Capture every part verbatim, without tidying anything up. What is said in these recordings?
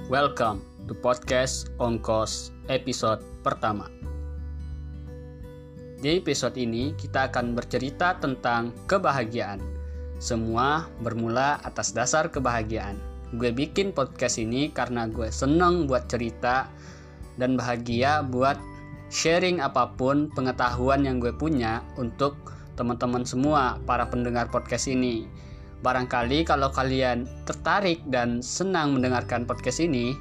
Welcome to podcast Ongkos episode pertama. Di episode ini kita akan bercerita tentang kebahagiaan. Semua bermula atas dasar kebahagiaan. Gue bikin podcast ini karena gue seneng buat cerita dan bahagia buat sharing apapun pengetahuan yang gue punya untuk teman-teman semua para pendengar podcast ini. Barangkali kalau kalian tertarik dan senang mendengarkan podcast ini,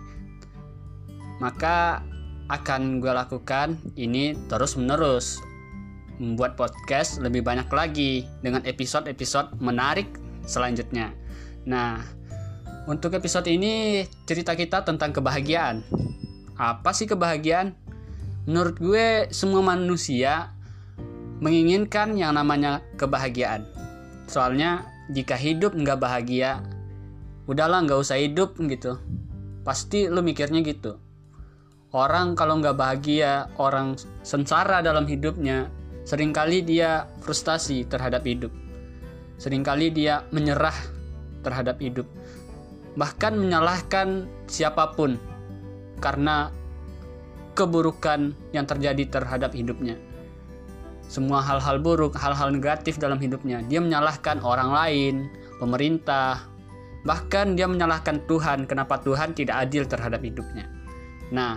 maka akan gue lakukan ini terus-menerus, membuat podcast lebih banyak lagi dengan episode-episode menarik selanjutnya. Nah, untuk episode ini cerita kita tentang kebahagiaan. Apa sih kebahagiaan? Menurut gue semua manusia menginginkan yang namanya kebahagiaan. Soalnya jika hidup nggak bahagia, udahlah nggak usah hidup gitu. Pasti lu mikirnya gitu. Orang kalau nggak bahagia, orang sengsara dalam hidupnya, seringkali dia frustasi terhadap hidup. Seringkali dia menyerah terhadap hidup. Bahkan menyalahkan siapapun karena keburukan yang terjadi terhadap hidupnya. Semua hal-hal buruk, hal-hal negatif dalam hidupnya, dia menyalahkan orang lain, pemerintah, bahkan dia menyalahkan Tuhan, kenapa Tuhan tidak adil terhadap hidupnya. Nah,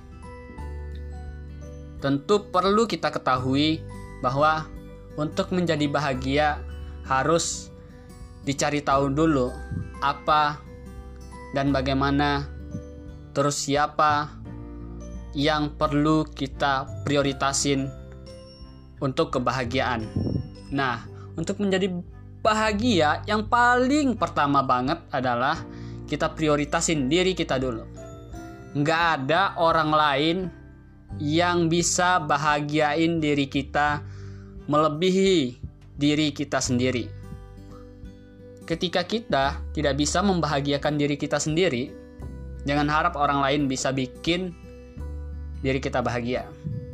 tentu perlu kita ketahui bahwa untuk menjadi bahagia harus dicari tahu dulu apa dan bagaimana, terus siapa yang perlu kita prioritasin untuk kebahagiaan. Nah, untuk menjadi bahagia yang paling pertama banget adalah kita prioritasin diri kita dulu. Nggak ada orang lain yang bisa bahagiain diri kita melebihi diri kita sendiri. Ketika kita tidak bisa membahagiakan diri kita sendiri, jangan harap orang lain bisa bikin diri kita bahagia.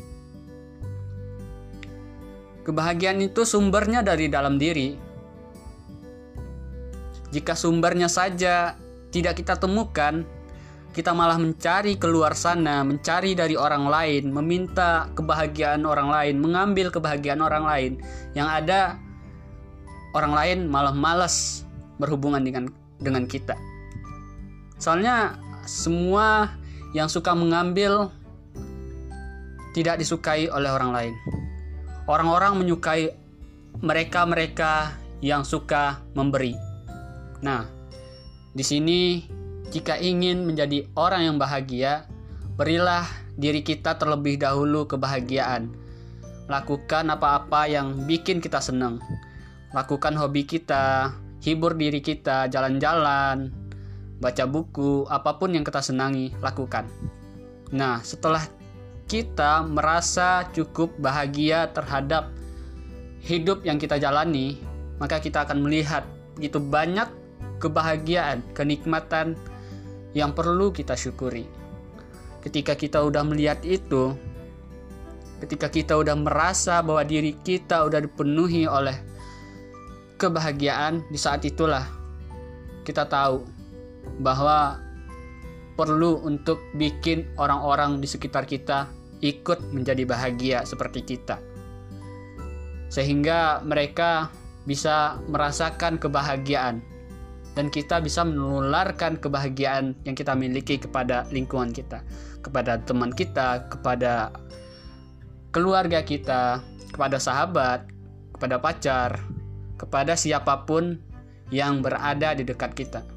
Kebahagiaan itu sumbernya dari dalam diri. Jika sumbernya saja tidak kita temukan, kita malah mencari keluar sana, mencari dari orang lain, meminta kebahagiaan orang lain, mengambil kebahagiaan orang lain. Yang ada orang lain malah malas berhubungan dengan dengan kita. Soalnya semua yang suka mengambil tidak disukai oleh orang lain. Orang-orang menyukai mereka-mereka yang suka memberi. Nah, di sini jika ingin menjadi orang yang bahagia, berilah diri kita terlebih dahulu kebahagiaan. Lakukan apa-apa yang bikin kita senang. Lakukan hobi kita, hibur diri kita, jalan-jalan, baca buku, apapun yang kita senangi, lakukan. Nah, setelah kita merasa cukup bahagia terhadap hidup yang kita jalani, maka kita akan melihat begitu banyak kebahagiaan, kenikmatan yang perlu kita syukuri. Ketika kita udah melihat itu, ketika kita udah merasa bahwa diri kita udah dipenuhi oleh kebahagiaan, di saat itulah kita tahu bahwa perlu untuk bikin orang-orang di sekitar kita ikut menjadi bahagia seperti kita, sehingga mereka bisa merasakan kebahagiaan dan kita bisa menularkan kebahagiaan yang kita miliki kepada lingkungan kita, kepada teman kita, kepada keluarga kita, kepada sahabat, kepada pacar, kepada siapapun yang berada di dekat kita.